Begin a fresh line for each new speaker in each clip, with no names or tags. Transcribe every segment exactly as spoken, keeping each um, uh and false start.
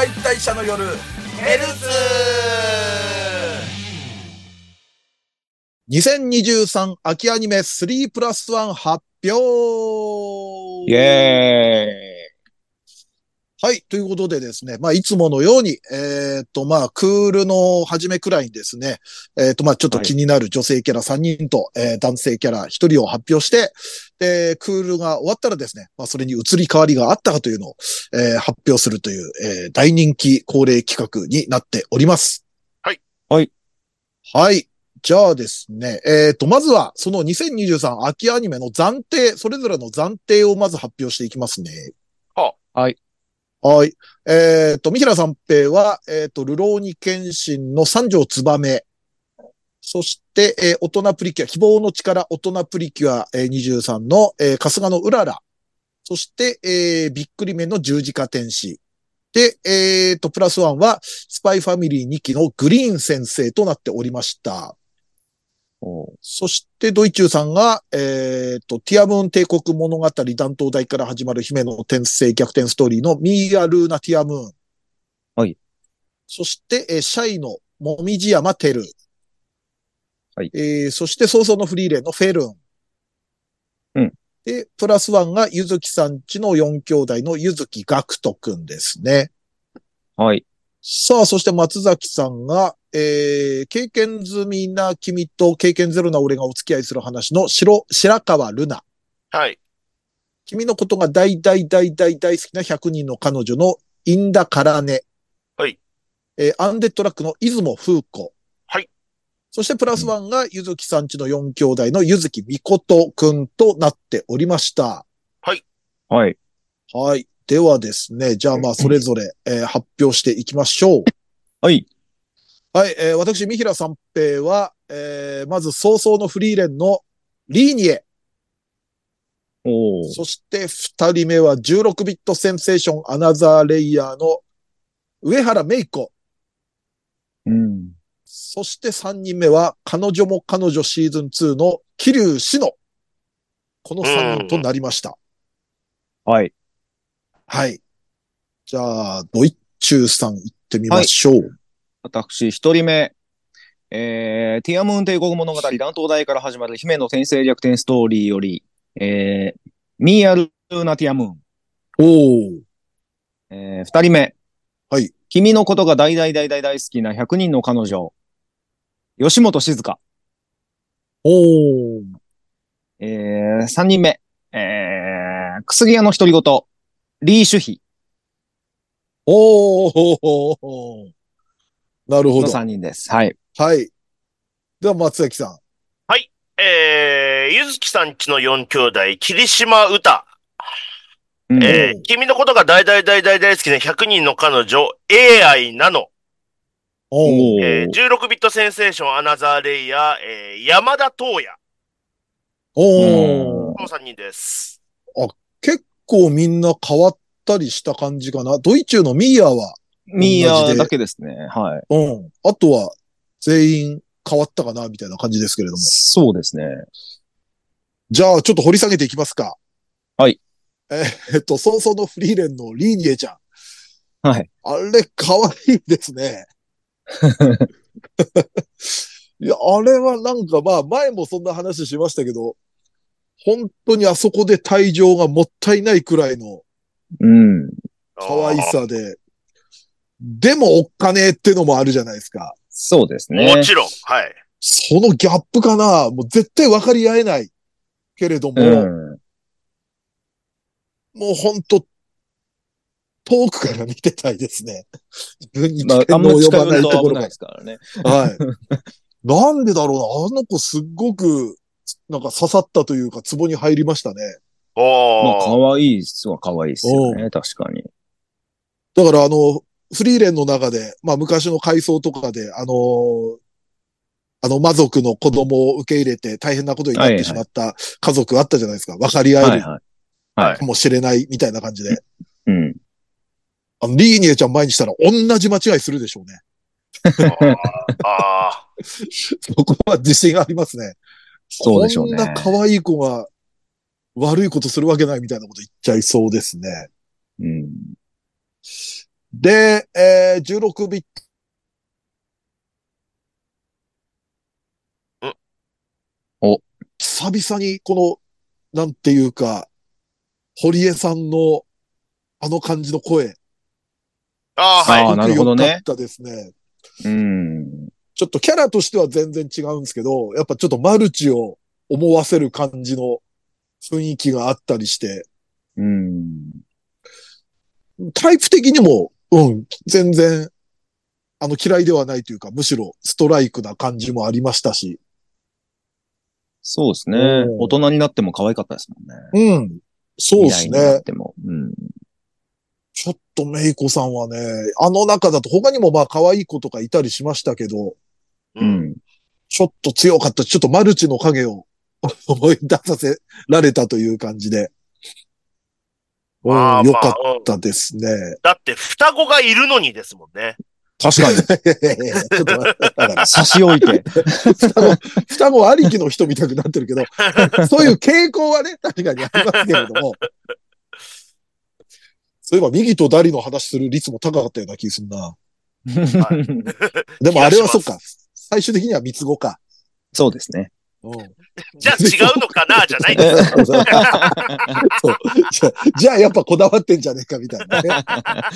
解体者の夜ヘルツ
にせんにじゅうさん秋アニメスリープラスワン発表。
イエーイ。
はい。ということでですね、まあ、いつものように、えっと、まあ、クールの初めくらいにですね、えっと、まあ、ちょっと気になる女性キャラさんにんと、えー男性キャラひとりを発表して、で、クールが終わったらですね、まあ、それに移り変わりがあったかというのを、えー発表するという、えー大人気恒例企画になっております。
はい。
はい。
はい。じゃあですね、えっと、まずは、そのにせんにじゅうさん秋アニメの暫定、それぞれの暫定をまず発表していきますね。
は
はい。
はい。えっと、三平三平は、えっと、ルローニケンシンの三条つばめ。そして、えー大人プリキュア、希望の力大人プリキュア、えー、にじゅうさんの、えー、春日のうらら。そして、えー、びっくりめの十字架天使。で、えっと、プラスワンは、スパイファミリーにきのグリーン先生となっておりました。
おー
そして、ドイチューさんが、えっと、ティアムーン帝国物語断頭台から始まる姫の転生逆転ストーリーのミーアルーナティアムーン。
はい。
そして、えーシャイのもみじ山テル。
はい。
えーそして、早々のフリーレンのフェルン。
うん。
で、プラスワンがゆずきさんちのよん兄弟のゆずきがくとくんですね。
はい。
さあ、そして松崎さんが、えー、経験済みな君と経験ゼロな俺がお付き合いする話の白、白川ルナ。
はい。
君のことが大大大大大好きなひゃくにんの彼女のインダカラネ。
はい。
えーアンデッドラックの出雲風子。
はい。
そしてプラスワンがゆずきさんちのよん兄弟のゆずきみことくんとなっておりました。
はい。
はい。
はい。ではですね、じゃあまあそれぞれ、えー発表していきましょう。
はい。
はい。えー私、三平三平は、えーまず早々のフリーレンのリーニエ。
おー。
そして二人目はじゅうろくビットセンセーションアナザーレイヤーの上原芽衣子。
うん。
そして三人目は彼女も彼女シーズンツーの桐生志乃。この三人となりました。
はい。
はい。じゃあ、ドイッチューさん行ってみましょう。
私、一人目。えー、ティアムーン帝国物語断頭台から始まる姫の転生逆転ストーリーより、えー、ミーアルーナティアムーン。
おー。
えー、二人目。
はい。
君のことが大大大大大好きなひゃくにんの彼女。吉本静香。
おー。
えー、三人目。えー、薬屋の独り言。リー・シュヒ
おー。なるほ
の
ど。
三人です。はい。
はい。では、松崎さん。
はい。えー、ゆずきさんちのよん兄弟、霧島歌。
うん。
えー、
おー。
君のことが大大大大大好きなひゃくにんの彼女、エーアイ ナノ。
おー。
えー、
おー。
じゅうろくビットセンセーションアナザーレイヤー、えー、山田東也。
おー。
このさんにんです。
あ、結構みんな変わったりした感じかな。ドイチューのミーアは同
ミー
じで、
アだけですね。はい。
うん。あとは全員変わったかな、みたいな感じですけれども。
そうですね。
じゃあ、ちょっと掘り下げていきますか。
はい。
えーえっと、早々のフリーレンのリーニエちゃん。
はい。
あれ、可愛いですね。いや、あれはなんかまあ、前もそんな話しましたけど、本当にあそこで退場がもったいないくらいの
うん。
可愛さで、でもおっかねえってのもあるじゃないですか。
そうですね。
もちろん。はい。
そのギャップかな、もう絶対分かり合えないけれど
う
も、
ん。
もう本当遠くから見てたいですね。自分に危
まあ、あ
険の
んま近
及ばないと
寄ると危
ころか
ないですからね。
ら。はい。なんでだろうな。あの子すっごく、なんか刺さったというか、ツボに入りましたね。
まあ、可
おー。
愛いっすは可愛いっすよ
うん。
ね。確かに。
だからあの、フリーレンの中で、まあ昔の回想とかで、あのあの魔族の子供を受け入れて大変なことになって
はいはい。
しまった家族あったじゃないですか。分かり合える
はいはい。はい。
はい。
かもしれないみたいな感じで。
うん。
あの、リーニエちゃん前にしたら同じ間違いするでしょうね。
あーあ
そこは自信ありますね。こ
そうでしょう
んな可
ね。
愛い子が悪いことするわけないみたいなこと言っちゃいそうですね。
うん。
で、えー、じゅうろくビット。
ん
お。
久々にこの、なんていうか、堀江さんのあの感じの声。
ああ、はい。
ああ、なるほど
よかっ
ね。
たですね。
うん。
ちょっとキャラとしては全然違うんですけど、やっぱちょっとマルチを思わせる感じの雰囲気があったりして、
うん。
タイプ的にも、うん、全然、あの嫌いではないというか、むしろストライクな感じもありましたし。
そうですね。大
おー
人になっても可愛かったですもんね。
うん。そうです
未来になっ
ね。
ても。うん。
ちょっとメイコさんはね、あの中だと他にもまあ可愛い子とかいたりしましたけど、
うん。
うん。
ちょっと強かった。ちょっとマルチの影を思い出させられたという感じで。うん、
まあまあ、
よかっ
うん。
たですね。
だって双子がいるのにですもんね。
確かに。
ちょっと待って、だから
差し置いて。
双子、双子ありきの人みたくなってるけど、そういう傾向はね、確かにありますけれども、そういえば右とダリの話する率も高かったような気がするな。
はい。
でもあれは
気がします
そっか。最終的には三つ子か。
そうですね。
うん。
じゃあ違うのかなじゃないんですよ。
そうじゃあ、じゃあやっぱこだわってんじゃねえかみたいなね。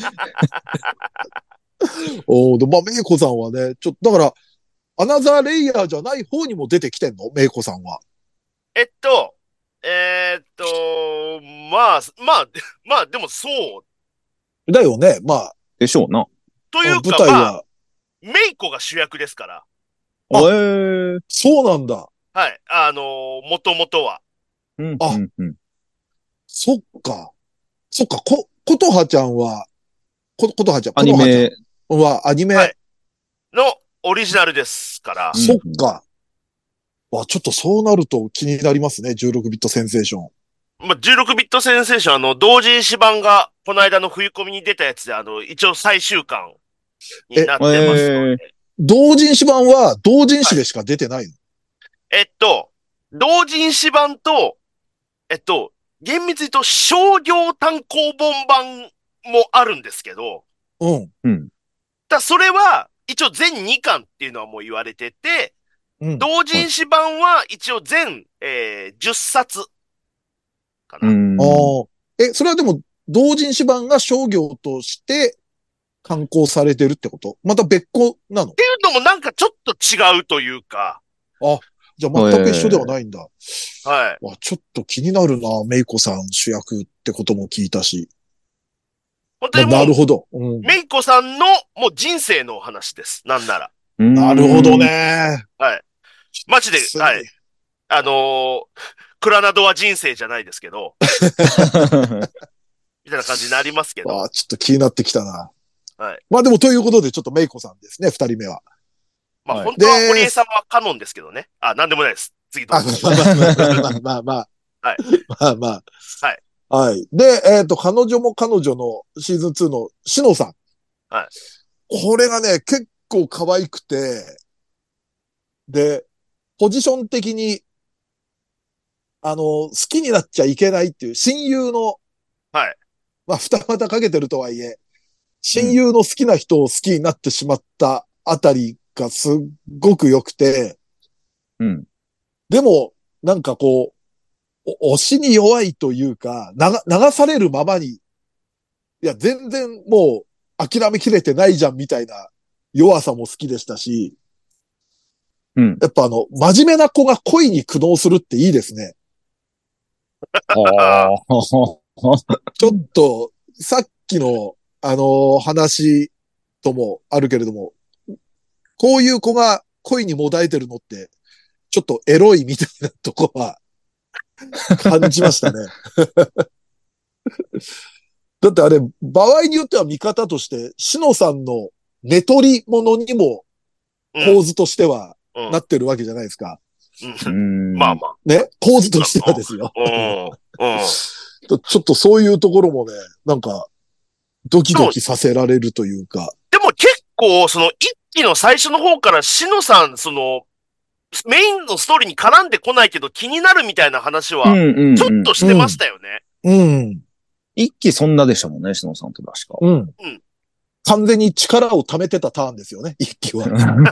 おーで、まあ、メイコさんはね、ちょっと、だから、アナザーレイヤーじゃない方にも出てきてんのメイコさんは。
えっと、えーっと、まあ、まあ、まあ、でもそう。
だよね。まあ、
でしょうな。
うん舞
というか、まあ、
台は、
メイコが主役ですから。
あ
おえー。
そうなんだ。
はい。あのー、もともとは。
うん、
あ
うん、うん。
そっか。そっか、こ、ことはちゃんは、こ、ことはちゃん、
ア
このはちゃん
ニメ、
はアニメ、
はい。のオリジナルですから。
うん
そっか。わ、ちょっとそうなると気になりますね。じゅうろくビットセンセーション。
まあ、じゅうろくビットセンセーション、あの、同人誌版が、この間の冬込みに出たやつで、あの、一応最終巻に
え、
なってますの
えー。
で。
同人誌版は同人
はい。
誌でしか出てない
えっと、同人誌版と、えっと、厳密に言うと商業単行本版もあるんですけど、
の。うん。
うん。
ただそれは一応全にかんっていうのはもう言われてて、
うん。
同
はい。
人誌版は一応全、えー、じゅっさつかな。っ
うん。
ああ。え、それはでも、同人誌版が商業として刊行されてるってことまた別個なの？
ていうのもなんかちょっと違うというか、
あ、じゃあ全く一緒ではないんだ。
はい。
わ、ちょっと気になるな。メイコさん主役ってことも聞いたし。まあ、
本当にもう、
なるほど。うん。
メイコさんのもう人生のお話です。なんなら。
うん
なるほど。ね。
はい。マジで、
ついに。
はい。あのー、クラナドは人生じゃないですけど、みたいな感じになりますけど、
あ、ちょっと気になってきたな。
はい。
まあでもということで、ちょっとメイコさんですね、二人目は。
まあ
はい。
本当は堀
で、
江さんはカノンですけどね。あ、なんでもないです。次どう
あ、
ぞ。
まあまあまあまあまあまあ。
はい。
まあまあ。
はい。
はい。で、えっと、彼女も彼女のシーズンツーのシノさん。
はい。
これがね、結構可愛くて、で、ポジション的に、あの、好きになっちゃいけないっていう親友の、
はい。
まあ、二股かけてるとはいえ、親
うん。
友の好きな人を好きになってしまったあたりがすっごく良くて、
うん。
でも、なんかこう、お推しに弱いというか、流、流されるままに、いや、全然もう諦めきれてないじゃんみたいな弱さも好きでしたし、
うん。
やっぱあの、真面目な子が恋に苦悩するっていいですね。
ああ。
ちょっと、さっきの、あの話ともあるけれども、こういう子が恋にもだえてるのって、ちょっとエロいみたいなとこは感じましたね。だってあれ、場合によっては見方として、しのさんの寝取り物にも
うん。
構図としては
うん。
なってるわけじゃないですか。
う。
うんん。
まあまあ。
ね。構図としてはですよ。
うん。うん。
ちょっとそういうところもね、なんか、ドキ
でも、
ドキさせられるというか。
でも結構、その一期の最初の方から、しのさん、その、メインのストーリーに絡んでこないけど気になるみたいな話
うん。
は、
うん。
ちょっとしてま
うん。
したよね。
うん。
一期そんなでしたもんね、しのさんって確か。
うん。
うん。
完全に力を貯めてたターンですよね、いっきは。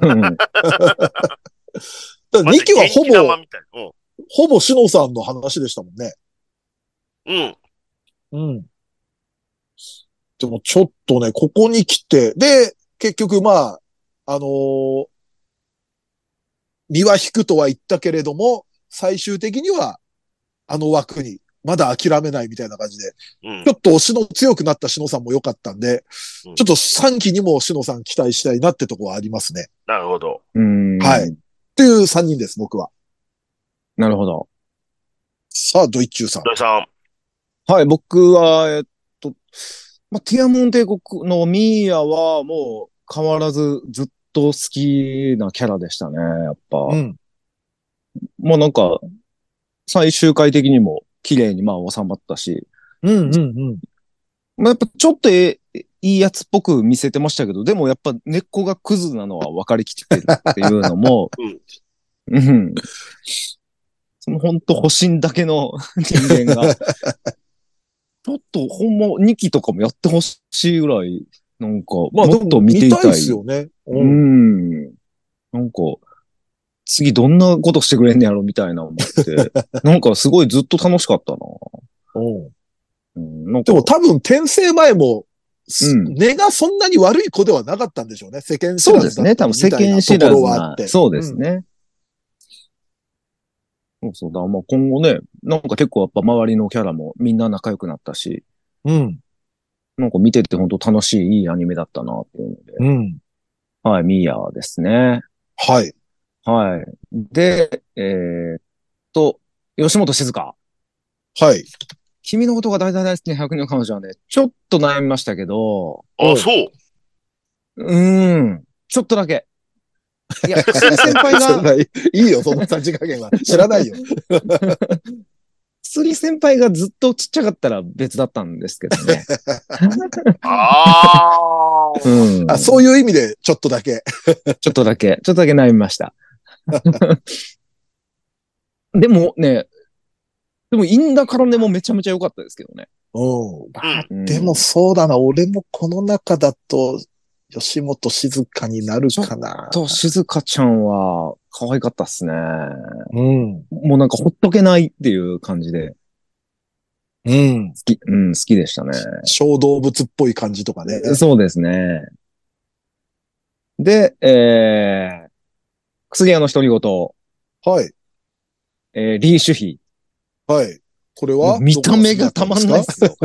にきはほぼ、ほぼしのさんの話でしたもんね。
うん。
うん。でもちょっとね、ここに来て、で、結局まあ、あのー、身は引くとは言ったけれども、最終的には、あの枠に、まだ諦めないみたいな感じで、うん、ちょっと押しの強くなったしのさんも良かったんで、うん、ちょっとさんきにもしのさん期待したいなってとこはありますね。
なるほど。
はい。っていうさんにんです、僕は。
なるほど。
さあ、ドイッチューさん。
ドイさ
ん。はい、僕は、えっと、まあ、ティアモン帝国のミーヤはもう変わらずずっと好きなキャラでしたね、やっぱ。うん。まあなんか、最終回的にも綺麗にまあ収まったし。
うんうんうん。
まあやっぱちょっとえいいやつっぽく見せてましたけど、でもやっぱ根っこがクズなのは分かりきってるっていうのも、うん。うん。その本当保身だけの人間が、ちょっとほんまにきとかもやってほしいぐらい、なんか、もっと見ていたい。
見たいですよね。
うん。なんか、次どんなことしてくれんねやろみたいな思って、なんかすごいずっと楽しかったな。
うん、なんかでも多分転生前も、うん、根がそんなに悪い子ではなかったんでしょうね。世間知らずだったみたいな。そうですね。多分世間知らずな。
そうですね。うん、そうそうだ。まあ今後ね、なんか結構やっぱ周りのキャラもみんな仲良くなったし、
うん。
なんか見てて本当楽しいいいアニメだったなっていうので。
うん。
はい、ミーヤですね。
はい。
はい。で、えー、っと、吉本静香。
はい。
君のことが大大大好きなひゃくにんの彼女はね、ちょっと悩みましたけど。
あ、そう
うーん。ちょっとだけ。いや、薬先輩が。
いいよ、そんなさじ加減は。知らないよ。
薬先輩がずっとちっちゃかったら別だったんですけどね。
あ
あ、うん、あ。そういう意味で、ちょっとだけ。
ちょっとだけ、ちょっとだけ悩みました。でもね、でも、インダカラネもめちゃめちゃ良かったですけどね。
うん。でもそうだな、俺もこの中だと、吉本静香になるかな。
と、静香ちゃんは可愛かったっすね。
うん。
もうなんかほっとけないっていう感じで。
うん。
好き、うん、好きでしたね。
小動物っぽい感じとかね。
そうですね。で、えー、薬屋の独り言。
はい。
えー、リー・シュヒ。
はい。これは
見た目がたまんないっすよ。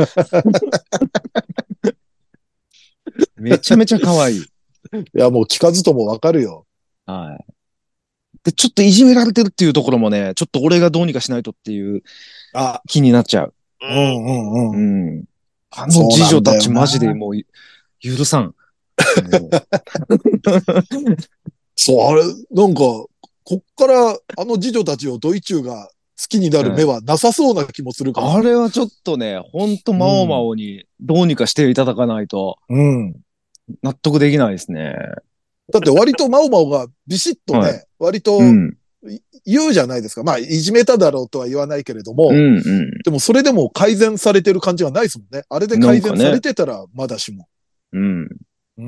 めちゃめちゃ可愛い。い
や、もう聞かずともわかるよ。
はい。で、ちょっといじめられてるっていうところもね、ちょっと俺がどうにかしないとっていう気になっちゃう。
うんうんうん。
うん。あの次女たちマジでもう許さん。
そう、あれ、なんか、こっからあの次女たちをドイチューが好きになる目はなさそうな気もするから。
あれはちょっとね、ほんとマオマオにどうにかしていただかないと、
うん。
納得できないですね。
だって割とマオマオがビシッとね、はい、割と、言うじゃないですか。まあ、いじめただろうとは言わないけれども、
うんうん、
でもそれでも改善されてる感じはないですもんね。あれで改善されてたらまだしも。
うん。うん。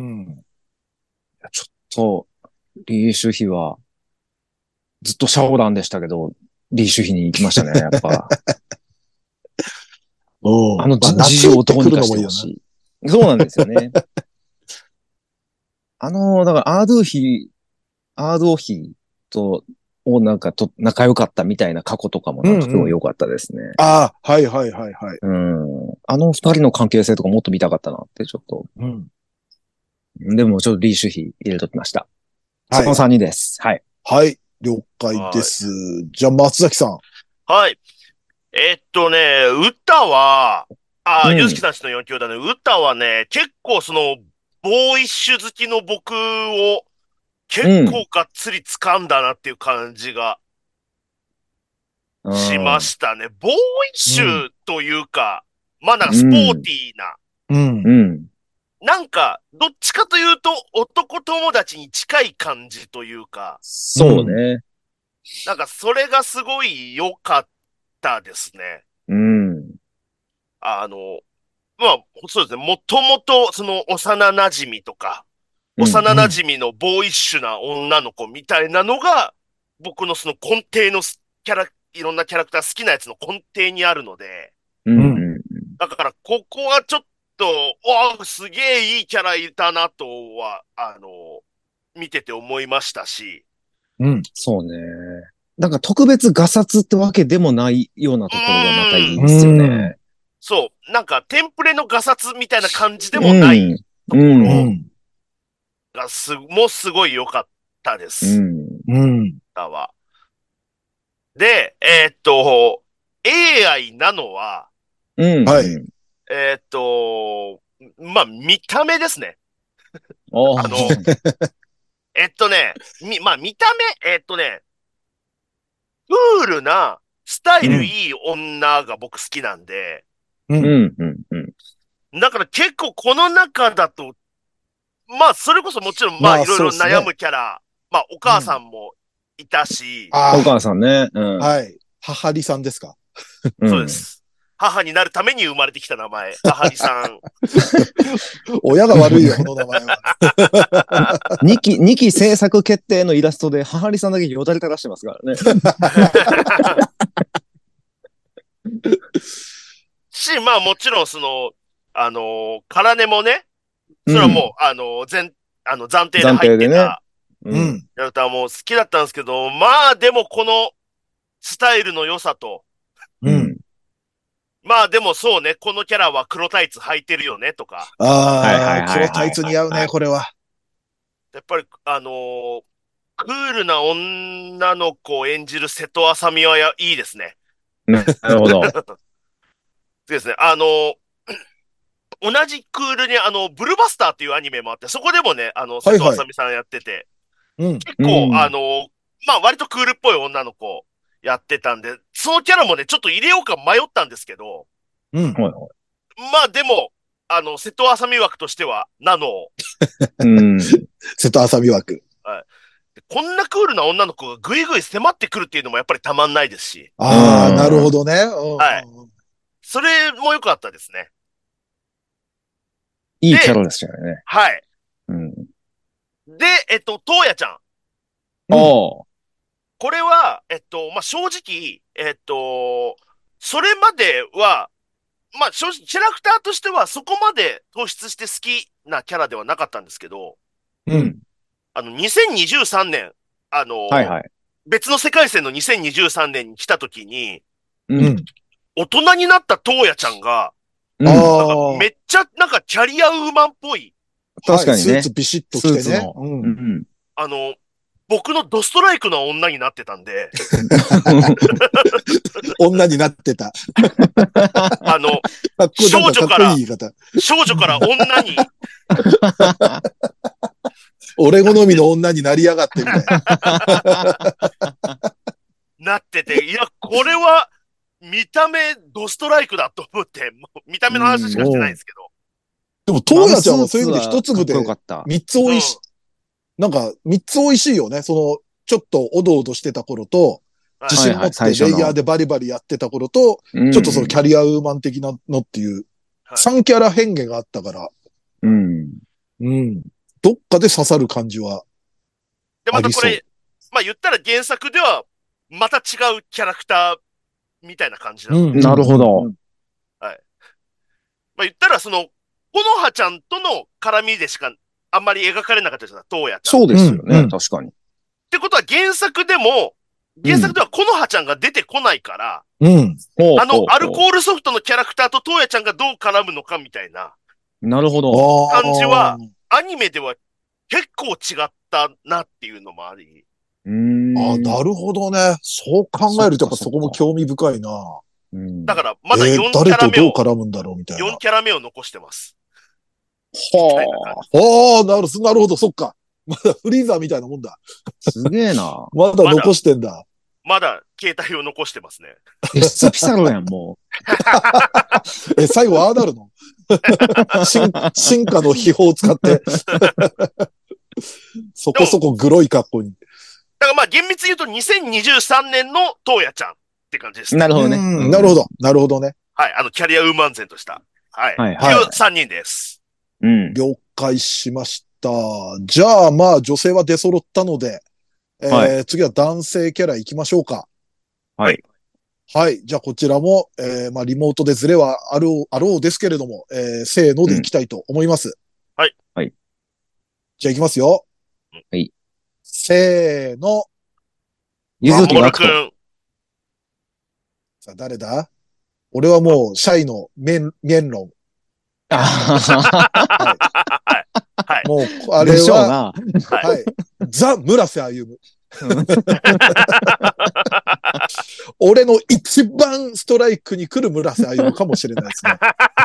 ちょっと、リー・シュヒは、ずっとシャオランでしたけど、リー・シュヒに行きましたね、やっぱ。あの、まあ、事情をどうにかしてほしい。そうなんですよね。あの、だからアードゥーヒ、アードゥーヒと、をなんかと仲良かったみたいな過去とかもなんかすごい良かったですね。うんうん、
ああ、はいはいはいはい。
うん。あの二人の関係性とかもっと見たかったなってちょっと。うん。でもちょっとリー・シュヒ入れときました。はい。そのさんにんです。はい。
はい。了解です。じゃあ松崎さん。
はい。えー、っとね、歌は、あ、うん、ゆずきさんちのよんきょうだいね、歌はね、結構その、ボーイッシュ好きの僕を、結構がっつり掴んだなっていう感じが、しましたね。ボーイッシュというか、うん、まあなんかスポーティーな。
うん。うん。
なんか、どっちかというと、男友達に近い感じというか。
そうね。
なんか、それがすごい良かったですね。
うん。
あの、 まあ、そうですね。もともと、その、幼馴染とか、幼馴染のボーイッシュな女の子みたいなのが、僕のその根底のキャラ、いろんなキャラクター好きなやつの根底にあるので、
うん。
だからここはちょっと、おーすげえいいキャラいたなとは、あの、見てて思いましたし、
うん。
そうね。なんか特別ガサツってわけでもないような
う
ところがまたいい
ーん、
ですよ
うん。
ね。
そう、なんかテンプレのガサツみたいな感じでもな
うん。
いとこ
う
う
ろ
ん。
がす、もうすごい良かったで
う
す。
ん。
うん。
だわ。で、えーっと、エーアイ なのは、
うん。
はい。
えーっと、まあ、見た目ですね。
ああ。
あの、えっとね、み、まあ、見た目、えーっとね、クールな、スタイル
うん。
いい女が僕好きなんで、
うん。
うん。うん。うん。
だから結構この中だと、まあ、それこそもちろん、まあ、
まあ、
いろい
そうですね。
ろ悩むキャラ、まあ、お母さ
うん。
んもいたし、
お
あ
母さんね。う
あ、
ん。
はい。母りさんですか？
うん。
そうです。母になるために生まれてきた名前、母りさん。
親が悪いよ、この名前は。
二期、二期制作決定のイラストで、母りさんだけよだれ垂らしてますからね。
し、まあもちろんその、あのー、カラネもね、それは
うん。
もう、あのー、全、あの、暫定で
暫
入っ
定でね。
てた
うん。
うん。
キャラクターも好きだったんですけど、まあでもこのスタイルの良さと、
うん。
うん。
まあでもそうね、このキャラは黒タイツ履いてるよねとか、
はいは
ああ、
いはいはい
黒タイツ似合うね、
はいはい。
これは。
やっぱり、あのー、クールな女の子を演じる瀬戸麻美はやいいですね。
なるほど。
ですね。あのー、同じクールにあの、ブルバスターっていうアニメもあって、そこでもね、あの、瀬戸
はいはい。
麻美さんやってて、
うん。
結構、あ
うん。
の、まあ割とクールっぽい女の子やってたんで、そのキャラもね、ちょっと入れようか迷ったんですけど、
うん。
はいは
まあでも、あの、瀬戸麻美枠としては、なのを、
い。うん。
瀬戸麻美枠。
はい。でこんなクールな女の子がぐいぐい迫ってくるっていうのもやっぱりたまんないですし、
ああ、なる
うん。
ほどね。うん
はい。
うんうん。
それも良かったですね。
いいキャ
で、
ラですよね。
はい。
うん。
で、えっと、トウヤちゃん。
あ
うん。
あ。
これは、えっと、まあ、正直、えっと、それまでは、まあ、正直、キャラクターとしてはそこまで突出して好きなキャラではなかったんですけど、
うん。
あの、にせんにじゅうさんねん、あの、
はいはい。
別の世界線のにせんにじゅうさんねんに来た時に、
うん。
うん。
大人になったトウヤちゃんが、
うん。
なんか
ああ、
めっちゃ、なんかキャリアウーマンっぽい、
はい。スー
確かにね。
ツビシッと着てね。
スーツの。
うん。
うん。
あの、僕のドストライクな女になってたんで、
女になってた。
あの、
かっこ、なんかかっこいい
少女から、
言い方。
少女から女に、
俺好みの女になりやがってみたいな。
なってて、いや、これは、見た目、ドストライクだと思って、もう見た目の話しかしてないんですけど。
でも、トウヤちゃんはそういう意味で一粒
かっこよか
で
った。
三つ美味しい、
うん。
なんか三つ美味しいよね。その、ちょっとおどおどしてた頃と、
はい。
自信持ってレイヤーでバリバリやってた頃と、
うん。
ちょっとそのキャリアウーマン的なのっていう、
はい。
さんキャラ変化があったから、
うん。
うん。どっかで刺さる感じは
で、
ありそう。
またこれ、まあ言ったら原作では、また違うキャラクターみたいな感じなので。
なるほど。
はい。まあ言ったら、その、コノハちゃんとの絡みでしか、あんまり描かれなかったじゃない、トウヤちゃん。
そうですよね。
うんうん
確かに。
ってことは原作でも、原作ではコノハちゃんが出てこないから、
うん。
ほう
あの、
ほうほ
アルコールソフトのキャラクターとトウヤちゃんがどう絡むのかみたいな
う。なるほど。
あ
感じは、
あ。
アニメでは結構違ったなっていうのもあり。
うーん。
ああ、なるほどね。そう考えるとやっぱそこも興味深いな。
うん。
だから、まだ
えー、
よんキャ
誰とどう
ラ目を、
絡むんだろうみたいな。
よんキャラ目を残してます。みたいな感
はあ。
じ。
ああ、なるなるほど、そっか。まだフリーザーみたいなもんだ。
すげえな。
まだ残してんだ。
まだ携帯を残してますね。
エスピサロやん、も
え、最後ああなるの進進化の秘宝を使って。そこそこグロい格好に。
だからまあ厳密に言うとにせんにじゅうさんねんのトウヤちゃんって感じです
う。
ね。
なるほどね。
うんなるほど。なるほどね。
はい。あの、キャリアウーマンゼンとした。 はい。
はい
はい
いうさんにんです。
うん。
了解しました。じゃあ、まあ、女性は出揃ったので、えー
はい
次は男性キャラ行きましょうか。
はい。
はい。じゃあ、こちらも、えーまあ、リモートでズレはあろう、あろうですけれども、えーせーので行きたいと思います。
はい。
はい。
じゃあ、行きますよ。
はい。
せーの。
ゆずきがくと。
守くん。
さあ、誰だ？俺はもう、シャイの面、面論。
あはは
はい。
はい。はい。
もう、あ
で
れは、
しょうな。
はい。
はい。ザ・村瀬歩む。
うん
俺の一番ストライクに来る村瀬歩むかもしれないですね。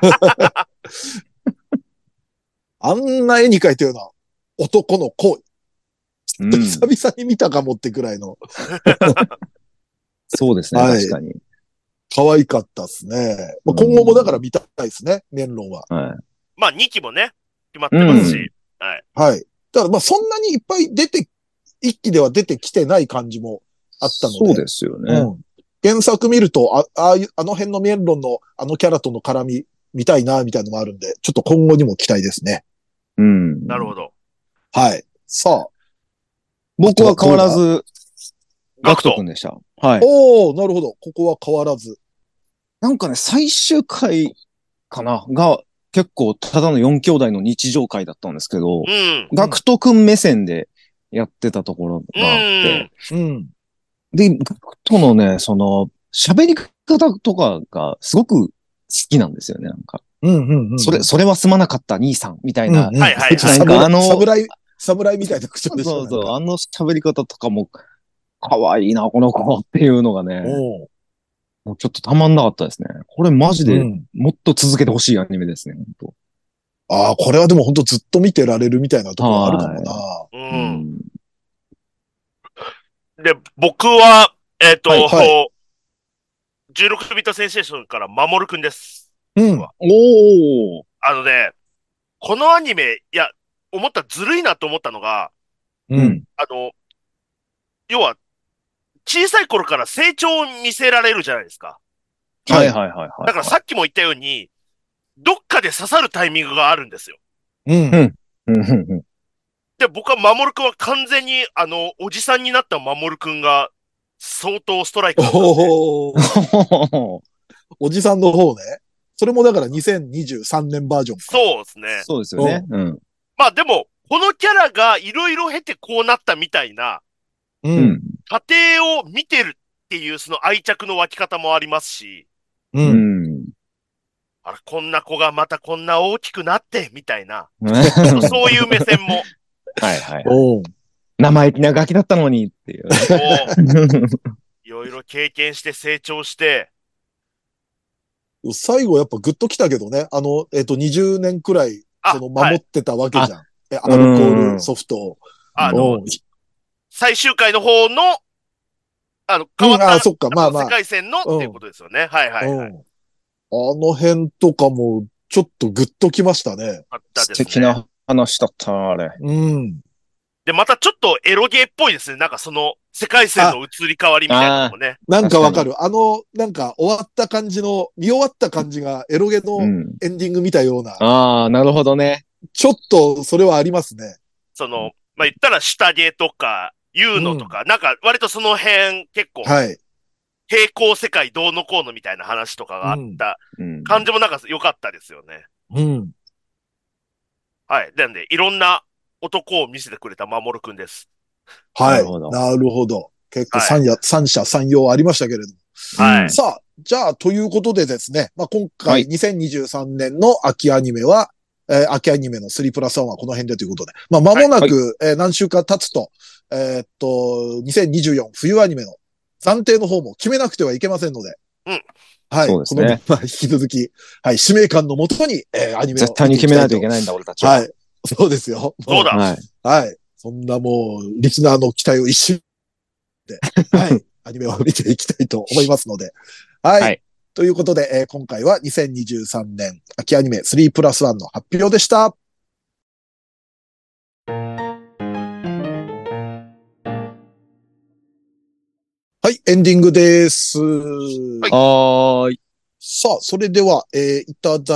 あんな絵に描いたような男の子、
うん
久々に見たかもってくらいの、
そうですね、
はい
確かに。
可愛かったですね。まあ、今後もだから見たいですね、面論は。
は
まあ、にきもね、決まってますし。
うん
はい。
はい。ただまあそんなにいっぱい出て、一期では出てきてない感じもあ
い。
ったので。
そうですよね。
うん。原作見ると、あ、ああいう、あの辺の面論のあのキャラとの絡み見たいな、みたいなのもあるんで、ちょっと今後にも期待ですね。
うん。
なるほど。
はい。さあ。
僕は変わらず、ガクト
ガクト
君でした。はい。
おー、なるほど。ここは変わらず。
なんかね、最終回かなが、結構ただの四兄弟の日常回だったんですけど、
うん。
ガクト君目線でやってたところ
う
があって、
ん。
うん。
で、ガクトのね、その、喋り方とかがすごく好きなんですよね、なんか。
うん、うん、うん。
それ、それはすまなかった兄さん、みたいな。
うんうん
はいはいはい
なんかあの
侍、侍みたいな口調でした
そうそう、
なんか
あの喋り方とかも、可愛いな、この子っていうのがね、
おー
もうちょっとたまんなかったですね。これマジで
うん。
もっと続けてほしいアニメですね、本
ああ、これはでも本当ずっと見てられるみたいなところあるかもな。
う。
当。うんん。
で、僕は、えっと、
はい
はい
じゅうろくビットセンセーションから守くんです。
うん。
おー。
あのね、このアニメ、いや、思ったずるいなと思ったのが、
うん。
あの、要は、小さい頃から成長を見せられるじゃないですか。
はいはいはいはい。
だからさっきも言ったように、どっかで刺さるタイミングがあるんですよ。
うん。
うんうんうん
で、僕は守くんは完全に、あの、おじさんになった守くんが、相当ストライクだったんで。
おー。おじさんの方ね。それもだからにせんにじゅうさんねんバージョンか。
そうですね。
そうですよね。うん。
まあでも、このキャラがいろいろ経てこうなったみたいな、
う。
うんん。
過程を見てるっていうその愛着の湧き方もありますし、
う。
うんん。
あら、こんな子がまたこんな大きくなって、みたいな、
は
そういう目線も、
いはいはい。
おー。
生意気なガキだったのにっていう。
こう、いろいろ経験して成長して、
最後やっぱグッときたけどね。あの、えっと、にじゅうねんくらい、
あ
その、
はい
守ってたわけじゃん。え、アルコールソフトを。
あの、
おー
最終回の方の、あの、変
うん、
わった、
あ、そっか、まあまあ。
世界線のっていうことですよね。はいはいはい。
うん。あの辺とかも、ちょっとグッときましたね。
あった
素
ですね。
敵な話だった、あれ。
うん。
で、またちょっとエロゲーっぽいですね。なんかその、世界線の移り変わりみたいなのもね。
なんかわか
確
る。あの、なんか終わった感じの、見終わった感じがエロゲの
うん。
エンディング見たような、
ああ、なるほどね。
ちょっとそれはありますね。
その、まあ、言ったら下着とか、言うのとか、なんか割とその辺結構、
はい。
平行世界どうのこうのみたいな話とかがあった
うん。
感じもなんか良かったですよね。
うん。
はい。なんで、いろんな男を見せてくれた守くんです。
は。
ないるほど
なるほど。結構
はい
三者、三者三様ありましたけれども。
はい
うん
さあ、じゃあ、ということでですね、まあ、今
は
回
い
にせんにじゅうさんねんの秋アニメは、えー秋アニメのスリープラスワンはこの辺でということで、まあ、間もなく、えー何週間経つと、えーっと、にせんにじゅうよん冬アニメの暫定の方も決めなくてはいけませんので、
うん
はい。
そうですね
この、まあ、引き続き、はい、使命感のもとに、えーアニメを
絶対に決めないといけ
な
ないんだ、俺たちは。
はい。そうですよ。
そうだ。
はい。
はい。そんなもう、リスナーの期待を一瞬で、はい。アニメを見ていきたいと思いますので。はい。
はい
ということで、えー今回はにせんにじゅうさんねん秋アニメスリープラスワンの発表でした。はい、エンディングです。
はい
はーい。
さあ、それでは、えーいただい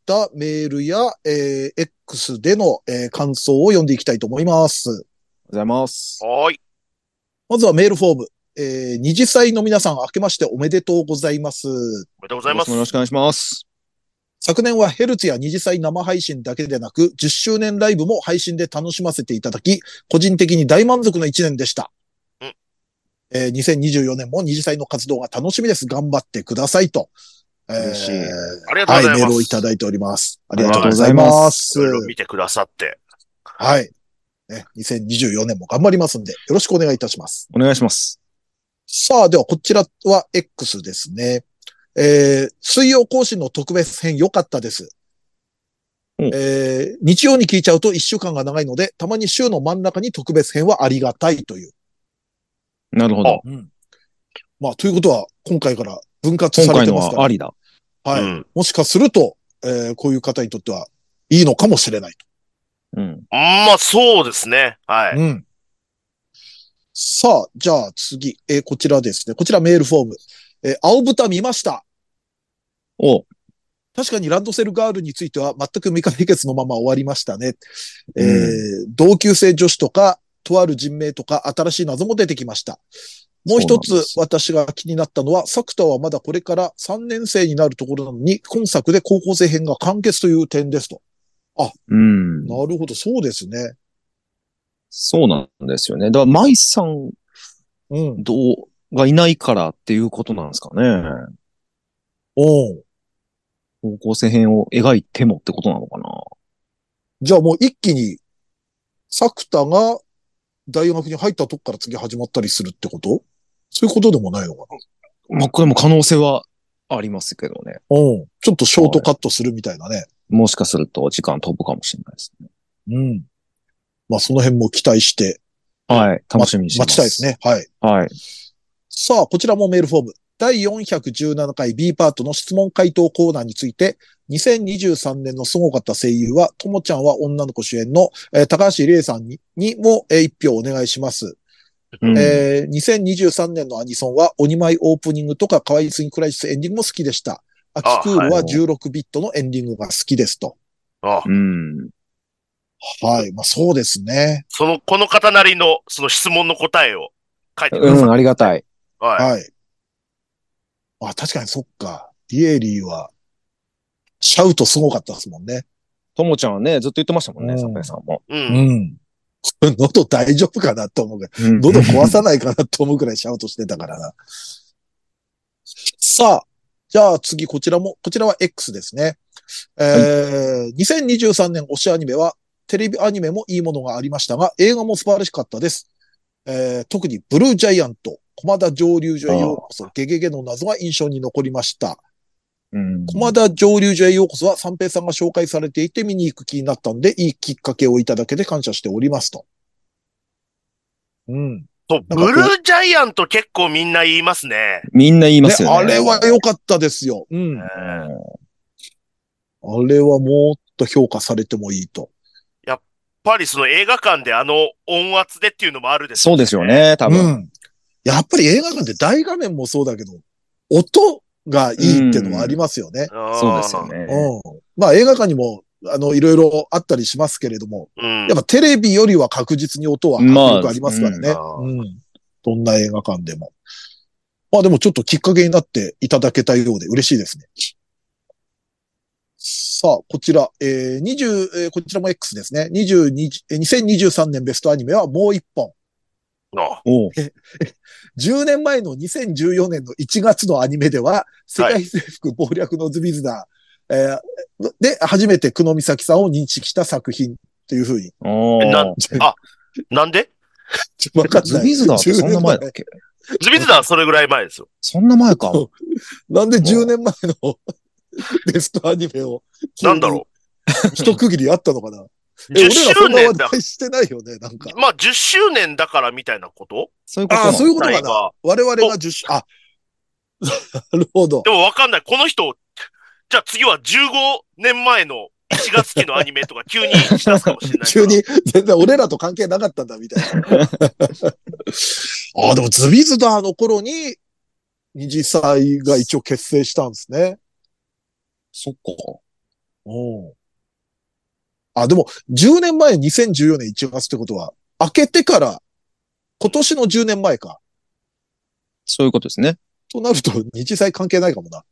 たメールや、えー X での、えー感想を読んでいきたいと思います。
ありがとうございます。
はーい。
まずはメールフォーム。えー、二次祭の皆さん、明けましておめでとうございます。
おめでとうございます。
よろしくお願いします。
昨年はヘルツや二次祭生配信だけでなく、じゅっしゅうねんライブも配信で楽しませていただき、個人的に大満足のいちねんでした。
うん
えー、にせんにじゅうよねんも二次祭の活動が楽しみです。頑張ってくださいと。えー、
嬉しい。
ありがとうございます。
はい、メールをいただいております。ありがとうござい
ありがとうござい
ま。
ます
いろいろ見てくださって。
はい。ね、にせんにじゅうよねんも頑張りますんで、よろしくお願いいたします。
お願いします。
さあ、ではこちらは X ですね。えー、水曜更新の特別編良かったです。
うん
えー、日曜に聞いちゃうといっしゅうかんが長いので、たまに週の真ん中に特別編はありがたいという。
なるほど。
うん。まあ、ということは、今回から分割され
今回の
てますから。
はありだ。
はい、
うん。
もしかすると、えー、こういう方にとってはいいのかもしれないと。
うん。
まあ、そうですね。はい。
うん。さあ、じゃあ次、えーこちらですね。こちらメールフォーム。えー青豚見ました。
お、
確かにランドセルガールについては全く未解決のまま終わりましたね。えー
う
同級生女子とか、とある人名とか新しい謎も出てきました。もう一つ
そうなんです
私が気になったのは、作田はまだこれからさんねん生になるところなのに、今作で高校生編が完結という点ですと。
うん。
なるほど、そうですね。
そうなんですよね。だから、舞さん、
うん。
どう、がいないからっていうことなんですかね。
おう
高校生編を描いてもってことなのかな。
じゃあもう一気に、作田が大学に入ったとこから次始まったりするってこと？そういうことでもないのか
まあ、これも可能性はありますけどね。
な。うん。ちょっとショートカットするみたいなね。
もしかすると時間飛ぶかもしれないですね。
うん。まあその辺も期待して、
はい。楽しみにしてます。
待ちたいですね。はい。
はい。
さあ、こちらもメールフォーム。だいよんひゃくじゅうななかい B パートの質問回答コーナーについて、にせんにじゅうさんねんのすごかった声優は、ともちゃんは女の子主演の、えー高橋理恵さんににも、えー一票お願いします。
うん
えーにせんにじゅうさんねんのアニソンは、鬼舞オープニングとか、可愛すぎクライシスエンディングも好きでした。秋クールはじゅうろくビットのエンディングが好きですと。
あ、
うん。
はい。まあそうですね。
その、この方なりの、その質問の答えを書いてください。
うん、ありがたい。
はい。
はい。あ、確かにそっか。リエリーは、シャウトすごかったですもんね。
ともちゃんはね、ずっと言ってましたもんね、
うん
さっぱいさんも。
う。
うんん。喉大丈夫かなと思うぐらい。
うん
喉壊さないかなと思うぐらいシャウトしてたからな。さあ、じゃあ次こちらも、こちらは X ですね。えーにせんにじゅうさんねん推しアニメは、テレビアニメもいいものがありましたが、映画も素晴らしかったです。えー特にブルージャイアント、駒田蒸留所へようこそ、ゲゲゲの謎が印象に残りました。
うん。
駒田蒸留所へようこそは三平さんが紹介されていて見に行く気になったんで、いいきっかけをいただけて感謝しておりますと。うん。
そう、
なんかこう
ブルージャイアント結構みんな言いますね。
みんな言います
ね、
よね。
あれは良かったですよ。うん。
え
あ
ー
れはもっと評価されてもいいと。
やっぱりその映画館であの音圧でっていうのもあるでしょ
そうですよ。ね、多分。
うん。やっぱり映画館で大画面もそうだけど、音がいいってのはありますよね。
あー
そうですよ。ね。
うん。まあ映画館にも、あの、いろいろあったりしますけれども、
うん
やっ。ぱテレビよりは確実に音は迫力ありますからね。
まあう
うんん。どんな映画館でも。まあでもちょっときっかけになっていただけたようで嬉しいですね。さあ、こちら、えー、にじゅう、えーこちらも X ですね。にじゅうに、えーにせんにじゅうさんねんベストアニメはもう一本。
あ
おう
じゅうねんまえのにせんじゅうよねんのいちがつのアニメでは、世界征服謀略のズビズナー、えーで、初めて久野美咲さんを認識した作品っていうふうに。
お
えなん
ー
あ、なんで
わかんない。
ズビズダーってそんな前だっけ
ズビズダーはそれぐらい前ですよ。
そんな前か。
なんでじゅうねんまえのベストアニメを
なんだろ
一区切りあったのかな
う。
え、
10
俺らそんな話
周年だ。
題してないよね、なんか。
まあ、じゅっしゅうねんだからみたいなこと
ああ、
そういうことなの
そういうことか
題が
な。我々がじゅっしゅう、あ、なるほど
で。もわかんない。この人、じゃあ次はじゅうごねんまえのいちがつ期のアニメとか急にしだすかもしれないから。
急に、全然俺らと関係なかったんだ、みたいな。ああ、でもズビズダーの頃に、二次祭が一応結成したんですね。
そっか。
おーあ、でも、じゅうねんまえにせんじゅうよねんいちがつってことは、明けてから、今年のじゅうねんまえか。
そういうことですね。
となると、日祭関係ないかもな。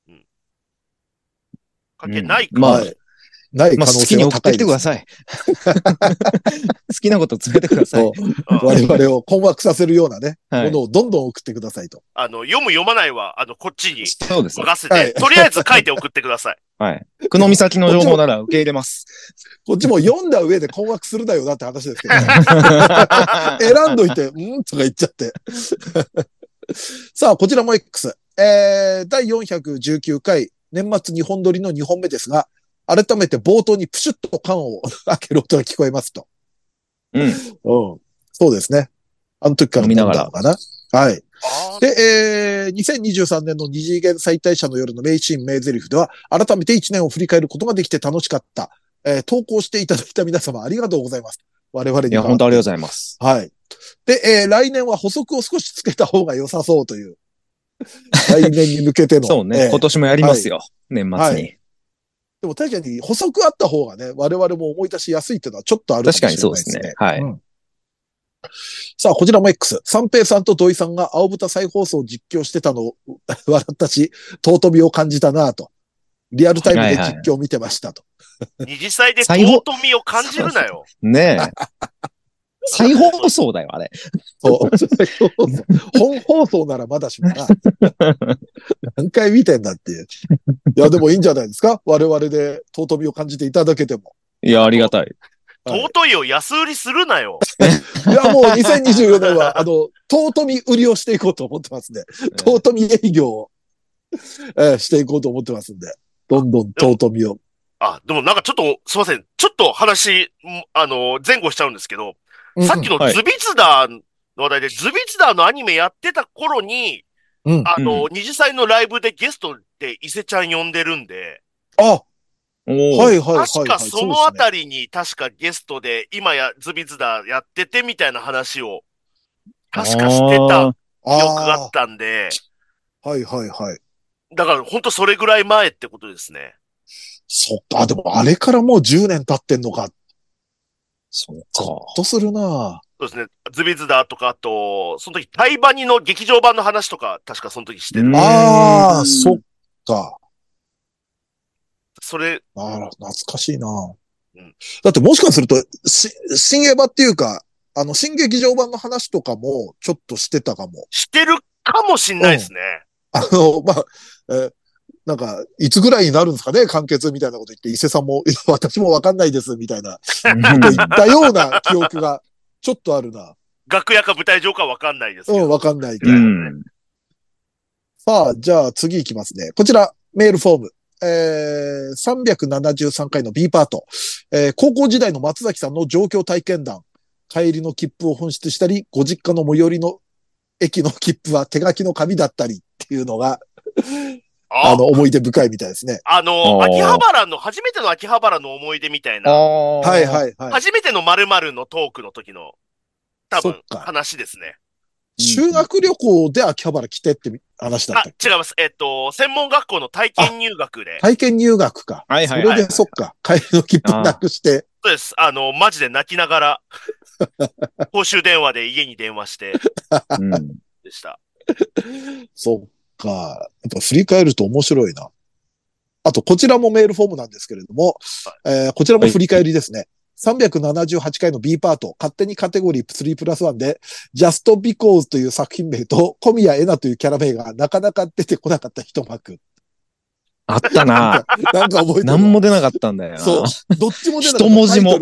関係ないか。
まあ
はい。ない
まあ、
可能
好きに送って
性は高いです、
きてください。好きなこと詰めてください。
そう我々を困惑させるようなね、
はい
ものをどんどん送ってくださいと。
あの、読む読まないは、あの、こっちに
そうです。
任せて、
はい
とりあえず書いて送ってください。
はい。久野岬の情報なら受け入れます。
こっちも読んだ上で困惑するなよなって話ですけどね。選んどいて、うんとか言っちゃって。さあ、こちらも X。えー、だいよんひゃくじゅうきゅうかい、年末にほん撮りのにほんめですが、改めて冒頭にプシュッと缶を開ける音が聞こえますと。
うん。
うん。そうですね。あの時から飲んだのかな。はい。で、えー、にせんにじゅうさんねんの二次元再退社の夜の名シーン名台詞では、改めていちねんを振り返ることができて楽しかった。えー、投稿していただいた皆様ありがとうございます。我々に。
いや、本当ありがとうございます。
はい。で、えー、来年は補足を少しつけた方が良さそうという。来年に向けての。
そうね、
えー、
今年もやりますよ。はい、年末に、はい。
でも確かに補足あった方がね、我々も思い出しやすいっていうのはちょっとあるかもしれないですね。
確かにそうですね。はい。うん、
さあ、こちらも X。三平さんと土井さんが青豚再放送を実況してたのを笑ったし、尊びを感じたなぁと。リアルタイムで実況を見てましたと。
はいはい、二次祭で尊みを感じるなよ。
ねえ。再放送だよ、あれ。
そう。本放送ならまだしもな。何回見てんだっていう。いや、でもいいんじゃないですか？我々で尊びを感じていただけても。
いや、ありがたい。
尊いを安売りするなよ。
いや、もうにせんにじゅうよねんは、あの、尊み売りをしていこうと思ってますんで。尊み営業を、えー、していこうと思ってますんで。どんどん尊みを。
あ、でもなんかちょっと、すいません。ちょっと話、あの、前後しちゃうんですけど、うん、さっきのズビズダーの話題で、はい、ズビズダーのアニメやってた頃に、うん、あの、二次祭のライブでゲストで伊勢ちゃん呼んでるんで、
あはいはいはい、はい。
確かそのあたりに、確かゲストで、今やズビズダーやっててみたいな話を、確かしてた記憶があったんで、
はいはいはい。
だから本当それぐらい前ってことですね。
そっか、でもあれからもうじゅうねん経ってんのか。
そっか。
ゾッとするな
そうですね。ズビズダーとか、あと、その時、タイバニの劇場版の話とか、確かその時してる。
ああ、そっか。
それ。
あら、懐かしいな、うん、だってもしかすると、し、新エヴァっていうか、あの、新劇場版の話とかも、ちょっとしてたかも。
してるかもしんないですね。
うん、あの、まあ、えーなんか、いつぐらいになるんですかね、完結みたいなこと言って、伊勢さんも、私もわかんないです、みたいな、言ったような記憶が、ちょっとあるな。
楽屋か舞台上かわかんないですけど。
うん、わかんないけど、ね。うん、さあ、じゃあ次行きますね。こちら、メールフォーム。えー、さんびゃくななじゅうさんかいの B パート。えー、高校時代の松崎さんの上京体験談。帰りの切符を紛失したり、ご実家の最寄りの駅の切符は手書きの紙だったりっていうのが、あの、思い出深いみたいですね。
あの、秋葉原の、初めての秋葉原の思い出みたいな。
はいはいはい。
初めての〇〇のトークの時の、多分、話ですね。
修学旅行で秋葉原来てって話だったっけ？
あ、違います。えっと、専門学校の体験入学で。
体験入学か。
はいはい
はい。それで、そっか。帰りの切符なくして。
そうです。あの、マジで泣きながら、公衆電話で家に電話して、うん、でした。
そっか。やっぱ振り返ると面白いな。あと、こちらもメールフォームなんですけれども、はい、えー、こちらも振り返りですね。はい、さんびゃくななじゅうはちかいの B パート、勝手にカテゴリースリープラスワンで、Just Because という作品名と小宮エナというキャラ名がなかなか出てこなかった一幕。
あったな
ぁ。なんか覚えてる。
何も出なかったんだよな。
そう。どっちも出なかった。
一文字も。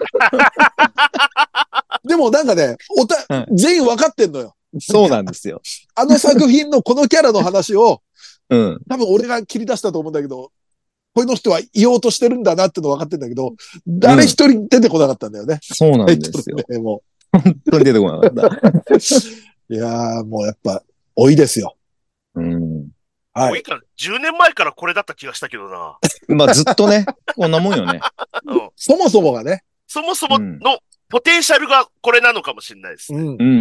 でもなんかね、おた、はい、全員分かってんのよ。
そうなんですよ。
あの作品のこのキャラの話を、
うん。
多分俺が切り出したと思うんだけど、この人は言おうとしてるんだなっての分かってんだけど、誰一人出てこなかったんだよね。
うん、そうなんですよ。
ね、も
う本当に出てこなかった。
いやー、もうやっぱ、老いですよ。
うん。
はい。老いから、じゅうねんまえからこれだった気がしたけどな。
まあずっとね、こんなもんよね。
うん、そもそもがね。
そもそものポテンシャルがこれなのかもしれないですね。うん。うん、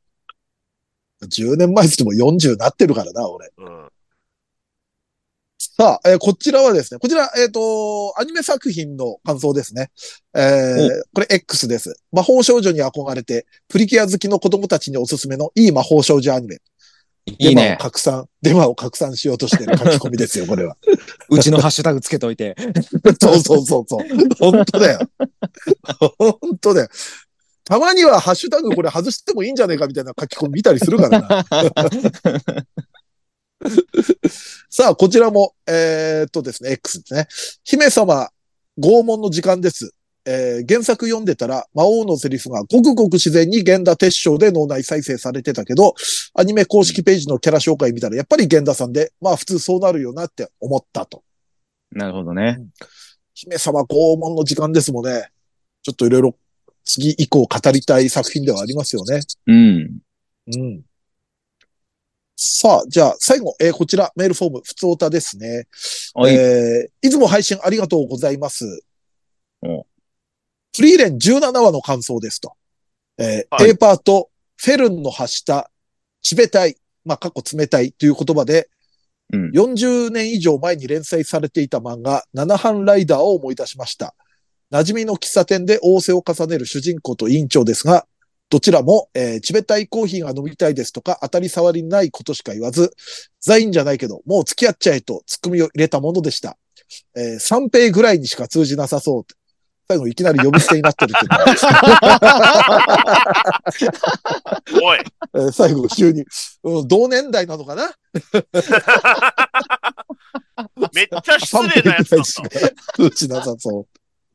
じゅうねんまえってもよんじゅうなってるからな、俺。うん。 さあ、えーこちらはですね、こちら、えっ、と、アニメ作品の感想ですね。えーこれ X です。魔法少女に憧れて、プリキュア好きの子供たちにおすすめのいい魔法少女アニメ。デマを
いいね。
拡散、デマを拡散しようとしてる書き込みですよ、これは。
うちのハッシュタグつけといて。
そうそうそうそう。本当だよ。本当だよ。たまにはハッシュタグこれ外してもいいんじゃねえかみたいな書き込み見たりするからな。さあ、こちらも、えーっとですね、X ですね。姫様、拷問の時間です。えー原作読んでたら、魔王のセリフがごくごく自然に源田鉄章で脳内再生されてたけど、アニメ公式ページのキャラ紹介見たら、やっぱり源田さんで、まあ普通そうなるよなって思ったと。
なるほどね。
姫様拷問の時間ですもんね。ちょっといろいろ次以降語りたい作品ではありますよね。
うん。
うん。さあ、じゃあ最後、えーこちらメールフォーム、ふつおたですね。
はい。
えーいつも配信ありがとうございます。
お
フリーレンじゅうななわの感想ですと。えー
はい
ペーパーとフェルンの発した冷たい、まあ、過去冷たいという言葉で、
うん。
よんじゅうねん以上前に連載されていた漫画、七班ライダーを思い出しました。馴染みの喫茶店で仰せを重ねる主人公と委員長ですが、どちらも、えー冷たいコーヒーが飲みたいですとか当たり障りないことしか言わず、ザインじゃないけど、もう付き合っちゃえとツッコミを入れたものでした。えー、三平ぐらいにしか通じなさそう。最後いきなり呼び捨てになってるっていうのは
おい。
えー最後急に、うん、同年代なのかな
めっちゃ失礼なやつだっ
三平ぐらいしか通じなさそう。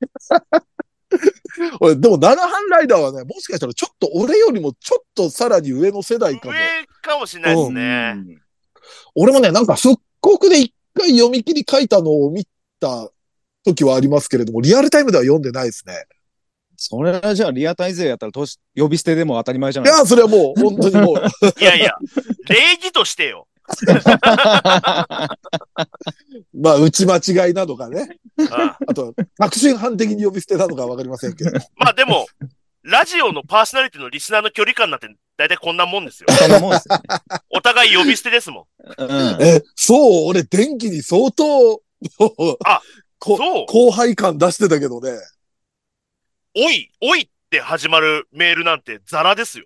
俺、でも、七班ライダーはね、もしかしたらちょっと俺よりもちょっとさらに上の世代
た。
かも。
上かもしれないですね。
俺もね、なんか復刻で一回読み切り書いたのを見た時はありますけれども、リアルタイムでは読んでないですね。
それはじゃあリアタイ勢やったら年呼び捨てでも当たり前じゃない
いや、それはもう、本当にもう、
いやいや、礼儀としてよ。
まあ、打ち間違いなのかね。
うん、
あと、確信犯的に呼び捨てなのかわかりませんけど。
まあでも、ラジオのパーソナリティのリスナーの距離感なんて大体こんなもんですよ。
そんなもんですよね。
お互い呼び捨てですもん。
うん。
え、そう、俺、電気に相当、
あ、
こ
そう
後輩感出してたけどね。
おい、おいって始まるメールなんてザラですよ。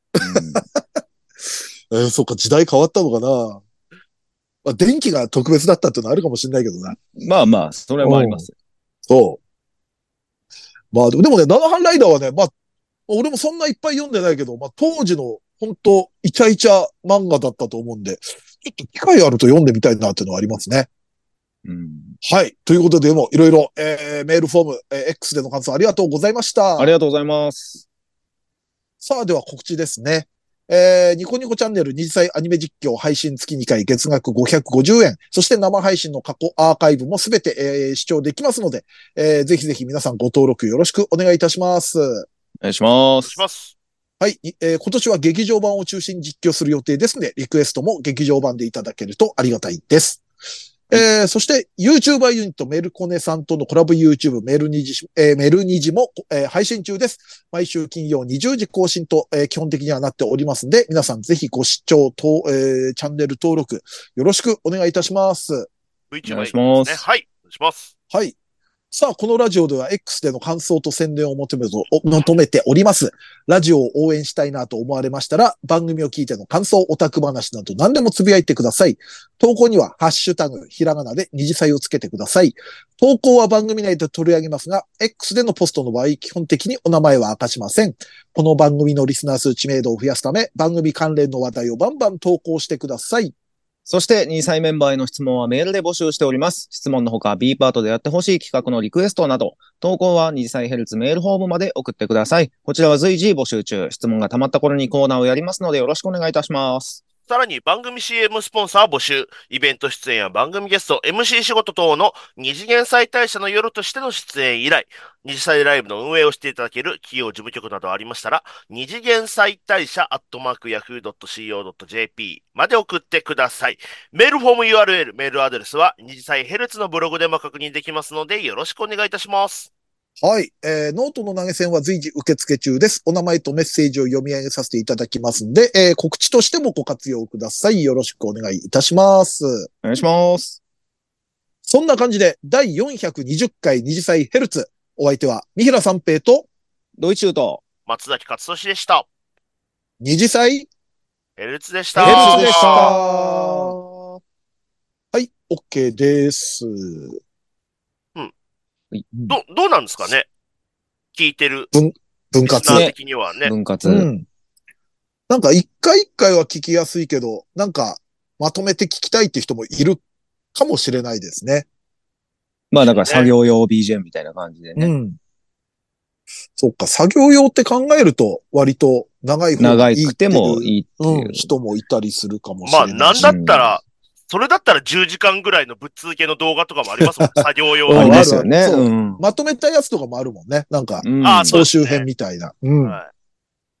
えーそっか、時代変わったのかな。まあ、電気が特別だったっていうのはあるかもしれないけどな。
まあまあ、それもあります。
そう。まあ、でもでもね、七班ライダーはね、まあ、俺もそんないっぱい読んでないけど、まあ、当時の、本当イチャイチャ漫画だったと思うんで、ちょっと機会あると読んでみたいなっていうのはありますね。
うん。
はい。ということで、でも、いろいろ、えー、メールフォーム、えー、X での感想ありがとうございました。
ありがとうございます。
さあ、では告知ですね。えー、ニコニコチャンネル二次祭アニメ実況配信月にかい月額ごひゃくごじゅうえん。そして生配信の過去アーカイブもすべて、えー視聴できますので、えーぜひぜひ皆さんご登録よろしくお願いいたします。
お願いしま
お願い
す
し。ます。
はい、いえー今年は劇場版を中心に実況する予定ですので、リクエストも劇場版でいただけるとありがたいです。えーそして YouTuber ユニットメルコネさんとのコラボ YouTube メルニジ、えーメルニジも、えー配信中です。毎週金曜にじゅうじ更新と、えー基本的にはなっておりますので、皆さんぜひご視聴と、えーチャンネル登録よろしくお願いいたします。
VTuber
お願いします
ですね。はい。お願いします。
はい。さあ、このラジオでは X での感想と宣伝を求めとお求めております。ラジオを応援したいなと思われましたら、番組を聞いての感想、オタク話など何でもつぶやいてください。投稿には、ハッシュタグ、ひらがなで二次祭をつけてください。投稿は番組内で取り上げますが、X でのポストの場合、基本的にお名前は明かしません。この番組のリスナー数知名度を増やすため、番組関連の話題をバンバン投稿してください。
そしてにさいメンバーへの質問はメールで募集しております。質問のほか B パートでやってほしい企画のリクエストなど、投稿はにさいヘルツメールフォームまで送ってください。こちらは随時募集中。質問が溜まった頃にコーナーをやりますのでよろしくお願いいたします。
さらに番組 シーエム スポンサー募集、イベント出演や番組ゲスト、エムシー 仕事等の二次元再大社の夜としての出演以来、二次祭ライブの運営をしていただける企業事務局などありましたら、二次元再大社アットマークヤフードットシーオードットジェーピー まで送ってください。メールフォーム ユーアールエル、メールアドレスは二次祭ヘルツのブログでも確認できますので、よろしくお願いいたします。
はい。えー、ノートの投げ銭は随時受付中です。お名前とメッセージを読み上げさせていただきますんで、えー、告知としてもご活用ください。よろしくお願いいたします。
お願いします。
そんな感じで、だいよんひゃくにじゅっかい二次祭ヘルツ。お相手は、三平三平と、
ドイチューと、
松崎勝利でした。
二次祭
ヘルツでし
ヘル
た。
ツでした。はい、OK です。
うん。ど、どうなんですかね、聞いてる。
分、分割。
リスナー的にはね。
分割。
うん。なんか一回一回は聞きやすいけど、なんかまとめて聞きたいって人もいるかもしれないですね。
まあだから作業用 ビージーエム みたいな感じでね。
うん。そっか、作業用って考えると割と長い方がいいっていう
長くてもいいっていう、
うん、人もいたりするかもしれない。
まあなんだったら、それだったらじゅうじかんぐらいのぶっ続けの動画とかもありますもん。作業用
ありますよね。
そう、
うん、
まとめたやつとかもあるもんね。なんか、
うん、
総集編みたいな。うん。はい、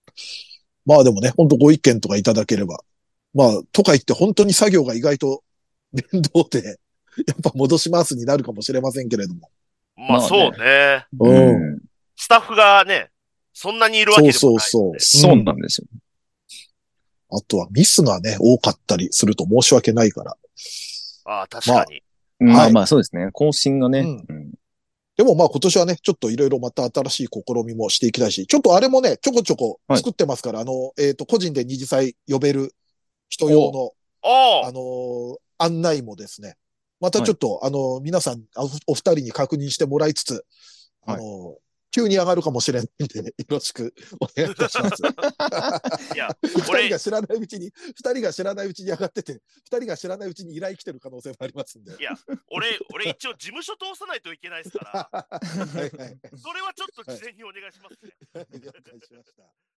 まあでもね、本当ご意見とかいただければ。まあ、とか言って本当に作業が意外と面倒で、やっぱ戻しますになるかもしれませんけれども。
まあそうね。
うん。
スタッフがね、そんなにいるわけでもない。
そうそう
そう。そうなんですよ。
あとはミスがね、多かったりすると申し訳ないから。
ああ、確かに。
まあ、まあまあそうですね。更新がね。うん
うん、でもまあ今年はね、ちょっといろいろまた新しい試みもしていきたいし、ちょっとあれもね、ちょこちょこ作ってますから、はい、あの、えっと、個人で二次祭呼べる人用の、あのー、案内もですね、またちょっと、はい、あのー、皆さんお二人に確認してもらいつつ、あのー、はい、急に上がるかもしれないんで、ね、よろしくお願いいたします。いや、二人が知らないうちに、二人が知らないうちに上がってて、二人が知らないうちに依頼来てる可能性もありますんで。
いや、俺、俺一応事務所通さないといけないですから、はいはい、それはちょっと事前にお願いしますね。
はい、了解しました。